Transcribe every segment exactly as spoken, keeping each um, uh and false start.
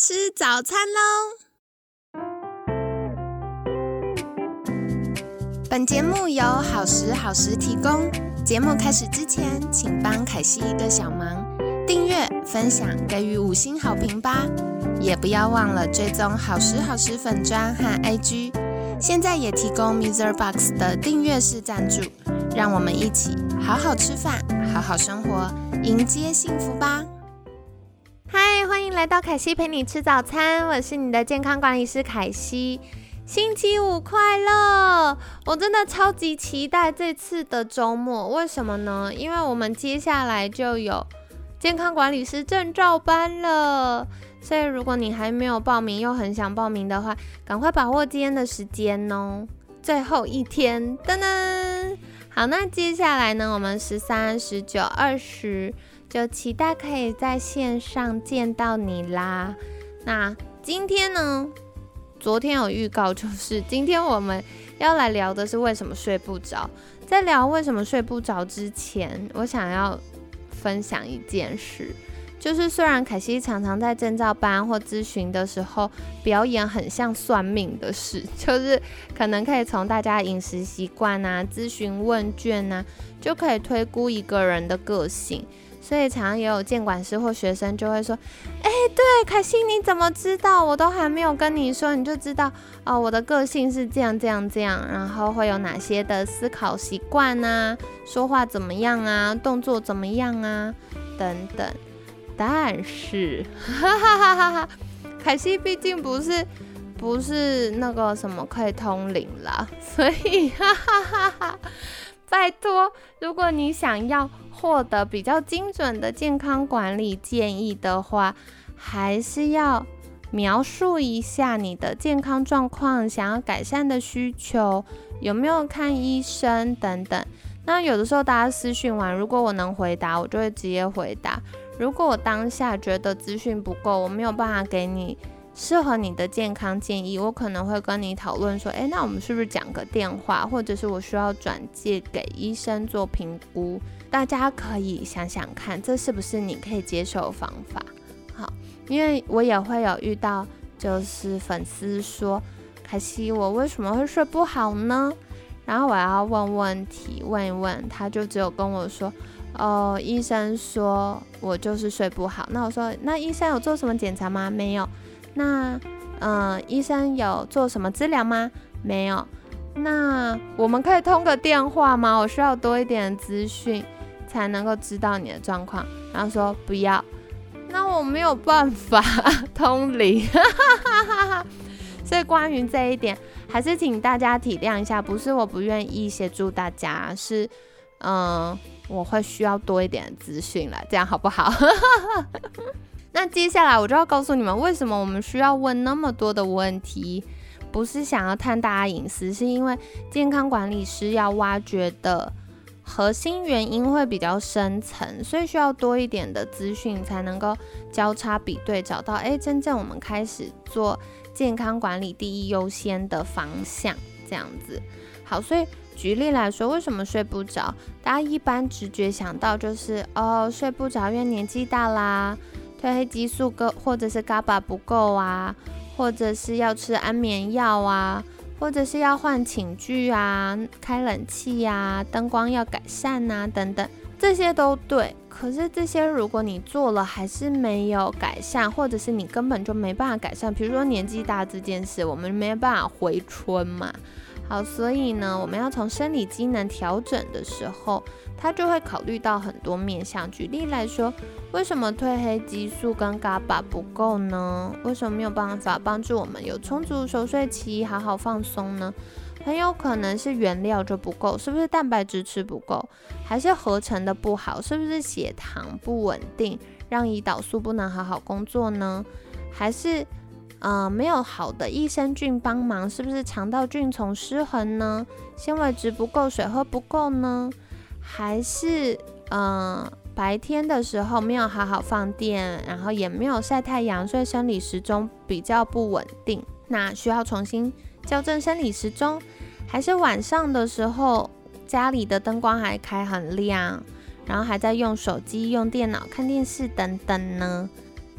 吃早餐喽！本节目由好时好时提供。节目开始之前，请帮凯西一个小忙，订阅、分享、给予五星好评吧！也不要忘了追踪好时好时粉专和 I G。现在也提供 MixerBox 的订阅式赞助，让我们一起好好吃饭，好好生活，迎接幸福吧！嗨，欢迎来到凯西陪你吃早餐，我是你的健康管理师凯西。星期五快乐！我真的超级期待这次的周末，为什么呢？因为我们接下来就有健康管理师证照班了，所以如果你还没有报名又很想报名的话，赶快把握今天的时间哦，最后一天，噔噔！好，那接下来呢，我们十三、十九、二十就期待可以在线上见到你啦。那今天呢，昨天有预告，就是今天我们要来聊的是为什么睡不着。在聊为什么睡不着之前，我想要分享一件事，就是虽然凯西常常在证照班或咨询的时候表演很像算命的事，就是可能可以从大家饮食习惯啊、咨询问卷啊，就可以推估一个人的个性。所以常常也有监管师或学生就会说，哎、欸，对，凯西你怎么知道？我都还没有跟你说，你就知道哦，我的个性是这样这样这样，然后会有哪些的思考习惯啊，说话怎么样啊，动作怎么样啊，等等。但是，哈哈哈哈哈，凯西毕竟不是不是那个什么可以通灵啦，所以哈哈哈哈，拜托，如果你想要获得比较精准的健康管理建议的话，还是要描述一下你的健康状况，想要改善的需求，有没有看医生等等。那有的时候大家私讯完，如果我能回答，我就会直接回答。如果我当下觉得资讯不够，我没有办法给你适合你的健康建议，我可能会跟你讨论说，诶，那我们是不是讲个电话，或者是我需要转介给医生做评估。大家可以想想看，这是不是你可以接受的方法？好，因为我也会有遇到，就是粉丝说，凯西，我为什么会睡不好呢？然后我要问问题，问一问，他就只有跟我说，哦，医生说我就是睡不好。那我说，那医生有做什么检查吗？没有。那，嗯、呃，医生有做什么治疗吗？没有。那我们可以通个电话吗？我需要多一点资讯才能够知道你的状况。然后说不要，那我没有办法通灵。所以关于这一点，还是请大家体谅一下，不是我不愿意协助大家，是嗯，我会需要多一点资讯啦，这样好不好？那接下来我就要告诉你们，为什么我们需要问那么多的问题，不是想要探大家隐私，是因为健康管理师要挖掘的核心原因会比较深层，所以需要多一点的资讯才能够交叉比对，找到哎，真正我们开始做健康管理第一优先的方向，这样子。好，所以举例来说，为什么睡不着？大家一般直觉想到就是哦，睡不着，因为年纪大啦，褪黑激素或者是 G A B A 不够啊，或者是要吃安眠药啊，或者是要换寝具啊，开冷气啊，灯光要改善啊，等等，这些都对。可是这些如果你做了还是没有改善，或者是你根本就没办法改善，比如说年纪大这件事，我们没办法回春嘛。好，所以呢，我们要从生理机能调整的时候，它就会考虑到很多面向。举例来说，为什么褪黑激素跟 G A B A 不够呢？为什么没有办法帮助我们有充足熟睡期，好好放松呢？很有可能是原料就不够，是不是蛋白质吃不够，还是合成的不好，是不是血糖不稳定，让胰岛素不能好好工作呢？还是呃没有好的益生菌帮忙，是不是肠道菌丛失衡呢？纤维质不够，水喝不够呢？还是呃白天的时候没有好好放电，然后也没有晒太阳，所以生理时钟比较不稳定，那需要重新校正生理时钟？还是晚上的时候家里的灯光还开很亮，然后还在用手机、用电脑看电视等等呢？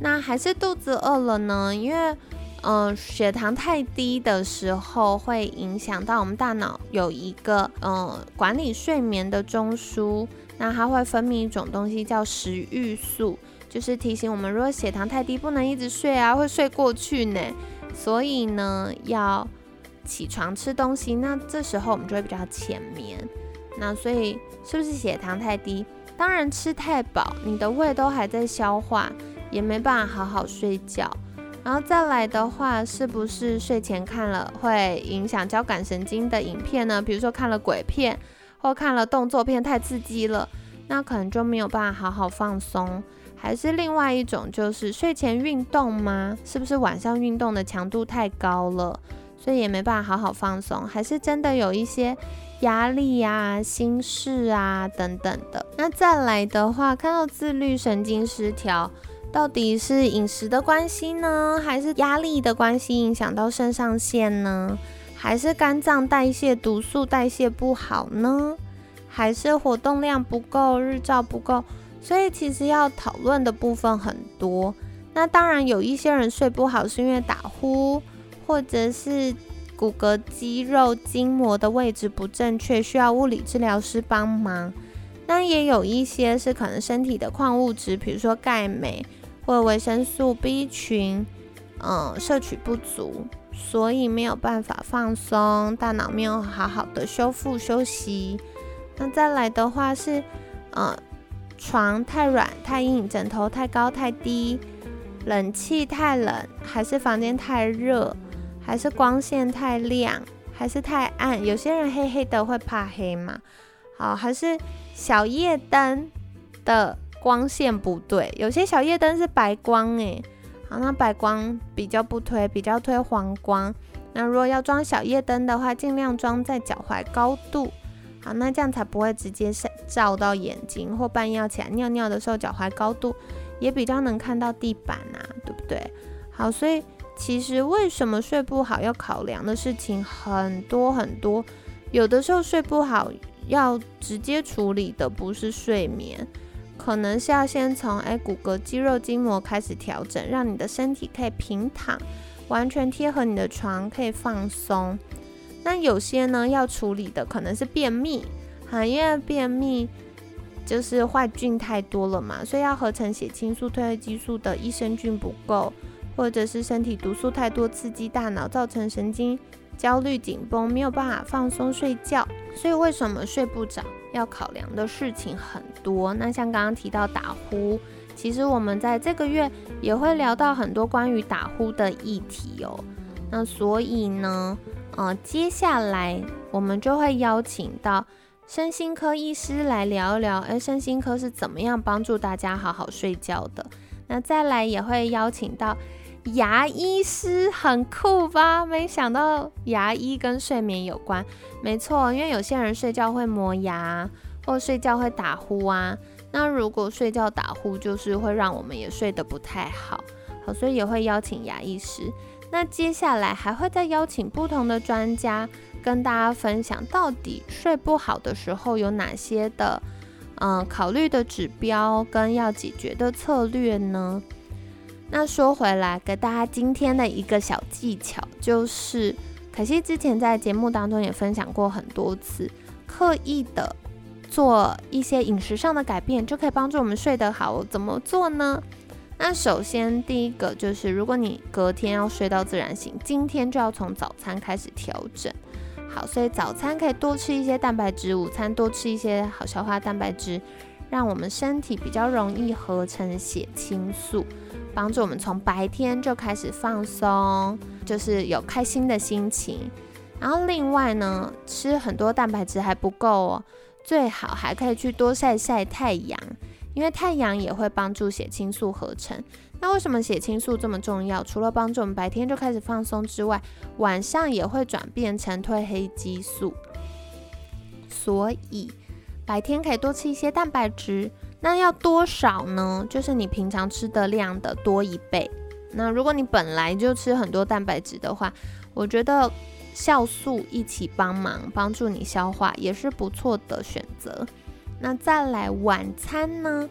那还是肚子饿了呢？因为呃，血糖太低的时候会影响到我们大脑有一个呃管理睡眠的中枢，那它会分泌一种东西叫食欲素，就是提醒我们，如果血糖太低，不能一直睡啊，会睡过去呢。所以呢，要起床吃东西，那这时候我们就会比较浅眠。那所以是不是血糖太低？当然吃太饱，你的胃都还在消化，也没办法好好睡觉。然后再来的话，是不是睡前看了会影响交感神经的影片呢？比如说看了鬼片或看了动作片太刺激了，那可能就没有办法好好放松。还是另外一种，就是睡前运动吗？是不是晚上运动的强度太高了，所以也没办法好好放松？还是真的有一些压力啊、心事啊等等的？那再来的话，看到自律神经失调，到底是饮食的关系呢，还是压力的关系影响到肾上腺呢？还是肝脏代谢毒素代谢不好呢？还是活动量不够，日照不够？所以其实要讨论的部分很多。那当然有一些人睡不好是因为打呼，或者是骨骼肌肉筋膜的位置不正确，需要物理治疗师帮忙。那也有一些是可能身体的矿物质，比如说钙镁或维生素 B 群，嗯，摄取不足，所以没有办法放松，大脑没有好好的修复休息。那再来的话是，呃，床太软太硬，枕头太高太低，冷气太冷，还是房间太热，还是光线太亮，还是太暗？有些人黑黑的会怕黑嘛？好，还是小夜灯的光线不对，有些小夜灯是白光诶，好，那白光比较不推，比较推黄光。那如果要装小夜灯的话，尽量装在脚踝高度，好，那这样才不会直接照到眼睛，或半夜要起来尿尿的时候，脚踝高度也比较能看到地板啊，对不对？好，所以其实为什么睡不好要考量的事情很多很多，有的时候睡不好要直接处理的不是睡眠，可能是要先从哎骨骼肌肉筋膜开始调整，让你的身体可以平躺，完全贴合你的床，可以放松。那有些呢要处理的可能是便秘，因为便秘就是坏菌太多了嘛，所以要合成血清素、褪黑激素的益生菌不够，或者是身体毒素太多刺激大脑，造成神经焦虑紧绷，没有办法放松睡觉。所以为什么睡不着要考量的事情很多。那像刚刚提到打呼，其实我们在这个月也会聊到很多关于打呼的议题哦。那所以呢呃，接下来我们就会邀请到身心科医师来聊一聊，哎，身心科是怎么样帮助大家好好睡觉的。那再来也会邀请到牙医师，很酷吧？没想到牙医跟睡眠有关。没错，因为有些人睡觉会磨牙，或睡觉会打呼啊。那如果睡觉打呼，就是会让我们也睡得不太好。好，所以也会邀请牙医师。那接下来还会再邀请不同的专家跟大家分享，到底睡不好的时候有哪些的嗯考虑的指标跟要解决的策略呢？那说回来，给大家今天的一个小技巧，就是可惜之前在节目当中也分享过很多次，刻意的做一些饮食上的改变，就可以帮助我们睡得好。怎么做呢？那首先第一个就是，如果你隔天要睡到自然醒，今天就要从早餐开始调整。好，所以早餐可以多吃一些蛋白质，午餐多吃一些好消化蛋白质，让我们身体比较容易合成血清素，帮助我们从白天就开始放松，就是有开心的心情。然后另外呢，吃很多蛋白质还不够哦，最好还可以去多晒晒太阳，因为太阳也会帮助血清素合成。那为什么血清素这么重要？除了帮助我们白天就开始放松之外，晚上也会转变成褪黑激素，所以白天可以多吃一些蛋白质。那要多少呢？就是你平常吃的量的多一倍。那如果你本来就吃很多蛋白质的话，我觉得酵素一起帮忙帮助你消化也是不错的选择。那再来晚餐呢，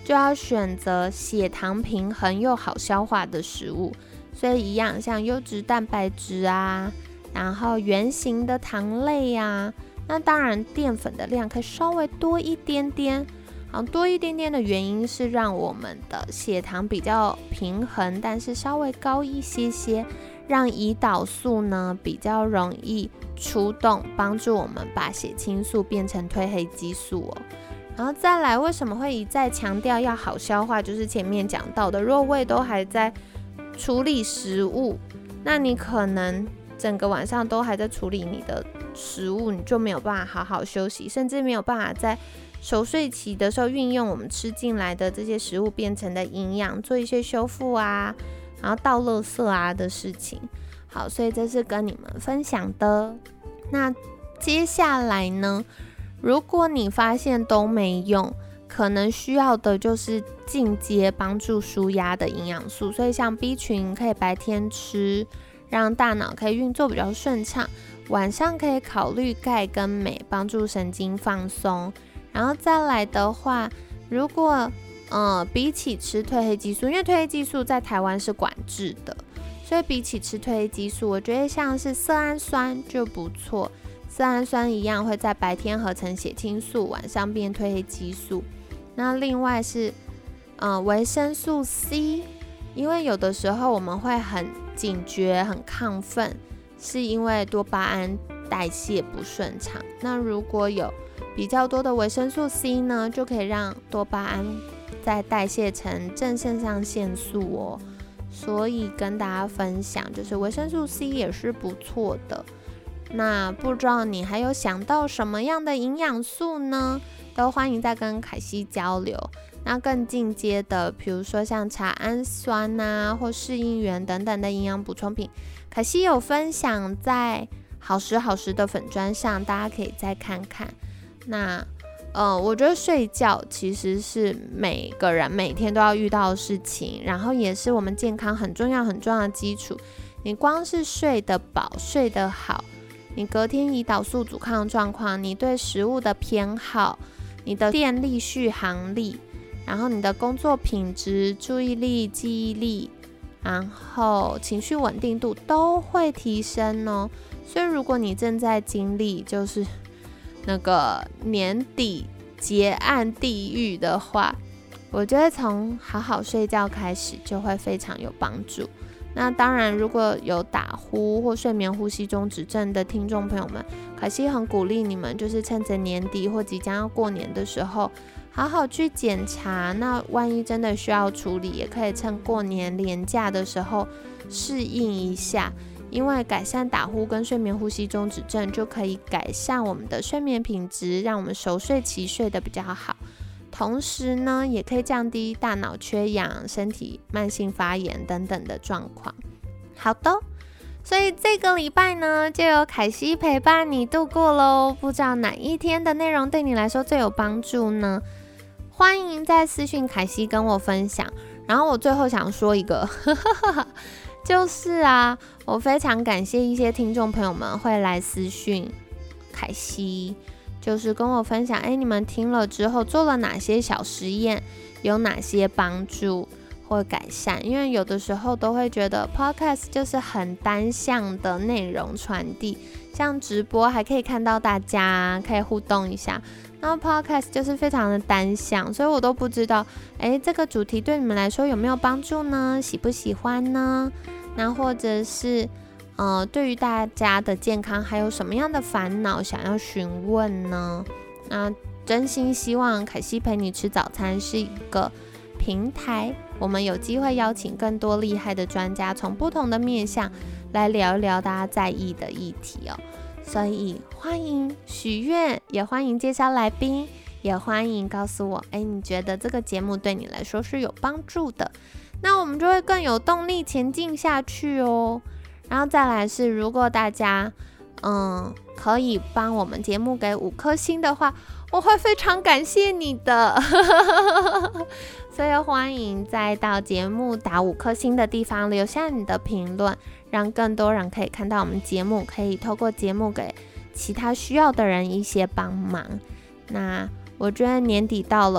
就要选择血糖平衡又好消化的食物。所以一样，像优质蛋白质啊，然后原型的糖类啊，那当然淀粉的量可以稍微多一点点。好，多一点点的原因是让我们的血糖比较平衡，但是稍微高一些些，让胰岛素呢比较容易出动，帮助我们把血清素变成褪黑激素哦。然后再来，为什么会一再强调要好消化？就是前面讲到的，如果胃都还在处理食物，那你可能整个晚上都还在处理你的食物，你就没有办法好好休息，甚至没有办法在熟睡期的时候运用我们吃进来的这些食物变成的营养，做一些修复啊，然后倒垃圾啊的事情。好，所以这是跟你们分享的。那接下来呢，如果你发现都没用，可能需要的就是进阶帮助舒压的营养素，所以像 B 群可以白天吃，让大脑可以运作比较顺畅，晚上可以考虑钙跟镁，帮助神经放松。然后再来的话，如果呃比起吃褪黑激素，因为褪黑激素在台湾是管制的，所以比起吃褪黑激素，我觉得像是色氨酸就不错。色氨酸一样会在白天合成血清素，晚上变褪黑激素。那另外是呃维生素 C， 因为有的时候我们会很警觉很亢奋，是因为多巴胺代谢不顺畅。那如果有比较多的维生素 C 呢，就可以让多巴胺再代谢成正肾上腺素哦。所以跟大家分享，就是维生素 C 也是不错的。那不知道你还有想到什么样的营养素呢？都欢迎再跟凯西交流。那更进阶的，比如说像茶氨酸啊，或适应原等等的营养补充品，凯西有分享在好时好时的粉专上，大家可以再看看。那呃，我觉得睡觉其实是每个人每天都要遇到的事情，然后也是我们健康很重要很重要的基础。你光是睡得饱、睡得好，你隔天胰岛素阻抗状况，你对食物的偏好，你的电力续航力，然后你的工作品质、注意力、记忆力，然后情绪稳定度都会提升哦。所以如果你正在经历就是那个年底结案地狱的话，我觉得从好好睡觉开始就会非常有帮助。那当然，如果有打呼或睡眠呼吸中止症的听众朋友们，凯西很鼓励你们，就是趁着年底或即将要过年的时候，好好去检查。那万一真的需要处理，也可以趁过年连假的时候适应一下。因为改善打呼跟睡眠呼吸中止症，就可以改善我们的睡眠品质，让我们熟睡期睡得比较好。同时呢，也可以降低大脑缺氧、身体慢性发炎等等的状况。好的，所以这个礼拜呢，就由凯西陪伴你度过咯。不知道哪一天的内容对你来说最有帮助呢？欢迎在私讯凯西跟我分享。然后我最后想说一个就是啊，我非常感谢一些听众朋友们会来私讯凯西，就是跟我分享，哎，你们听了之后做了哪些小实验，有哪些帮助或改善？因为有的时候都会觉得 podcast 就是很单向的内容传递，像直播还可以看到大家，可以互动一下。那 podcast 就是非常的单向，所以我都不知道，哎，这个主题对你们来说有没有帮助呢？喜不喜欢呢？那或者是呃，对于大家的健康还有什么样的烦恼想要询问呢？那真心希望凯西陪你吃早餐是一个平台，我们有机会邀请更多厉害的专家，从不同的面向来聊一聊大家在意的议题哦。所以欢迎许愿，也欢迎介绍来宾，也欢迎告诉我，哎，你觉得这个节目对你来说是有帮助的，那我们就会更有动力前进下去哦。然后再来是，如果大家嗯可以帮我们节目给五颗星的话，我会非常感谢你的所以欢迎在到节目打五颗星的地方留下你的评论，让更多人可以看到我们节目，可以透过节目给其他需要的人一些帮忙。那我觉得年底到了，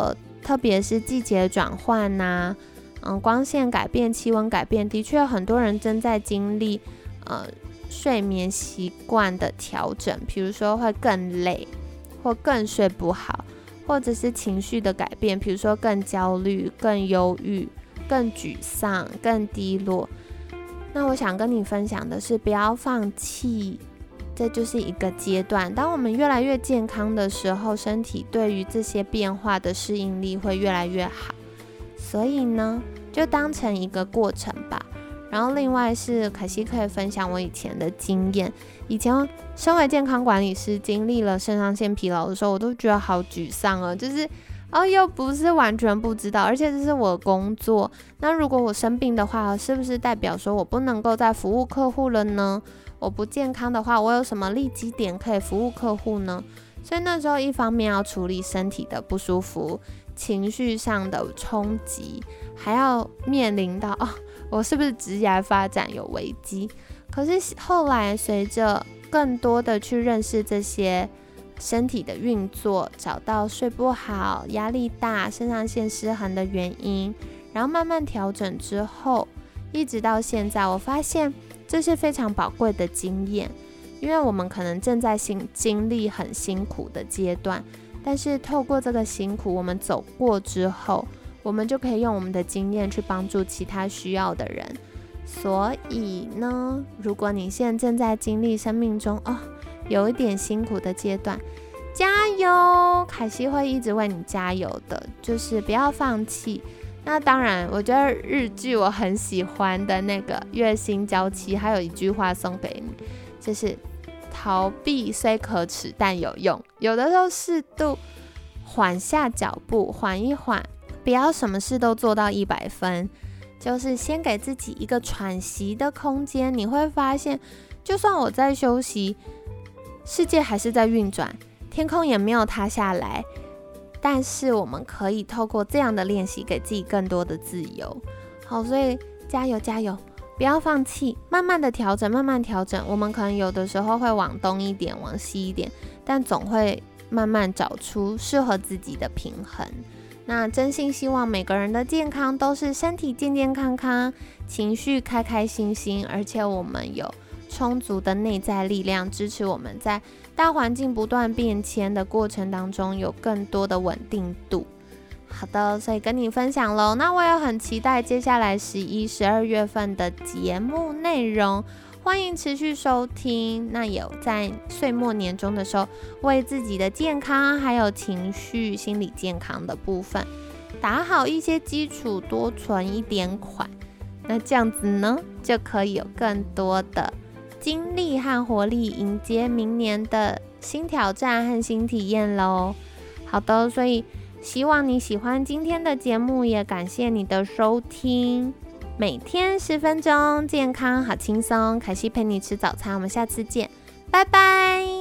特别是季节转换啊，嗯，光线改变、气温改变，的确很多人正在经历呃睡眠习惯的调整，比如说会更累，或更睡不好，或者是情绪的改变，比如说更焦虑、更忧郁、更沮丧、更低落。那我想跟你分享的是，不要放弃，这就是一个阶段。当我们越来越健康的时候，身体对于这些变化的适应力会越来越好。所以呢，就当成一个过程吧。然后另外是凯西可以分享我以前的经验。以前身为健康管理师，经历了肾上腺疲劳的时候，我都觉得好沮丧哦，就是哦又不是完全不知道，而且这是我的工作。那如果我生病的话，是不是代表说我不能够再服务客户了呢？我不健康的话，我有什么利基点可以服务客户呢？所以那时候一方面要处理身体的不舒服，情绪上的冲击，还要面临到哦，我是不是职业发展有危机？可是后来随着更多的去认识这些身体的运作，找到睡不好、压力大、肾上腺失衡的原因，然后慢慢调整之后，一直到现在，我发现这是非常宝贵的经验。因为我们可能正在经历很辛苦的阶段，但是透过这个辛苦我们走过之后，我们就可以用我们的经验去帮助其他需要的人。所以呢，如果你现在正在经历生命中哦有一点辛苦的阶段，加油，凯西会一直为你加油的，就是不要放弃。那当然我觉得日剧我很喜欢的那个月薪娇妻，还有一句话送给你，就是逃避虽可耻但有用。有的时候适度缓下脚步，缓一缓，不要什么事都做到一百分，就是先给自己一个喘息的空间。你会发现，就算我在休息，世界还是在运转，天空也没有塌下来，但是我们可以透过这样的练习给自己更多的自由。好，所以加油加油，不要放弃，慢慢的调整，慢慢调整。我们可能有的时候会往东一点，往西一点，但总会慢慢找出适合自己的平衡。那真心希望每个人的健康都是身体健健康康，情绪开开心心，而且我们有充足的内在力量支持我们在大环境不断变迁的过程当中有更多的稳定度。好的，所以跟你分享咯。那我也很期待接下来十一、十二月份的节目内容，欢迎持续收听。那有在岁末年终的时候，为自己的健康还有情绪、心理健康的部分打好一些基础，多存一点款。那这样子呢，就可以有更多的精力和活力迎接明年的新挑战和新体验咯。好的，所以希望你喜欢今天的节目，也感谢你的收听。每天十分钟，健康好轻松，凯西陪你吃早餐，我们下次见，拜拜。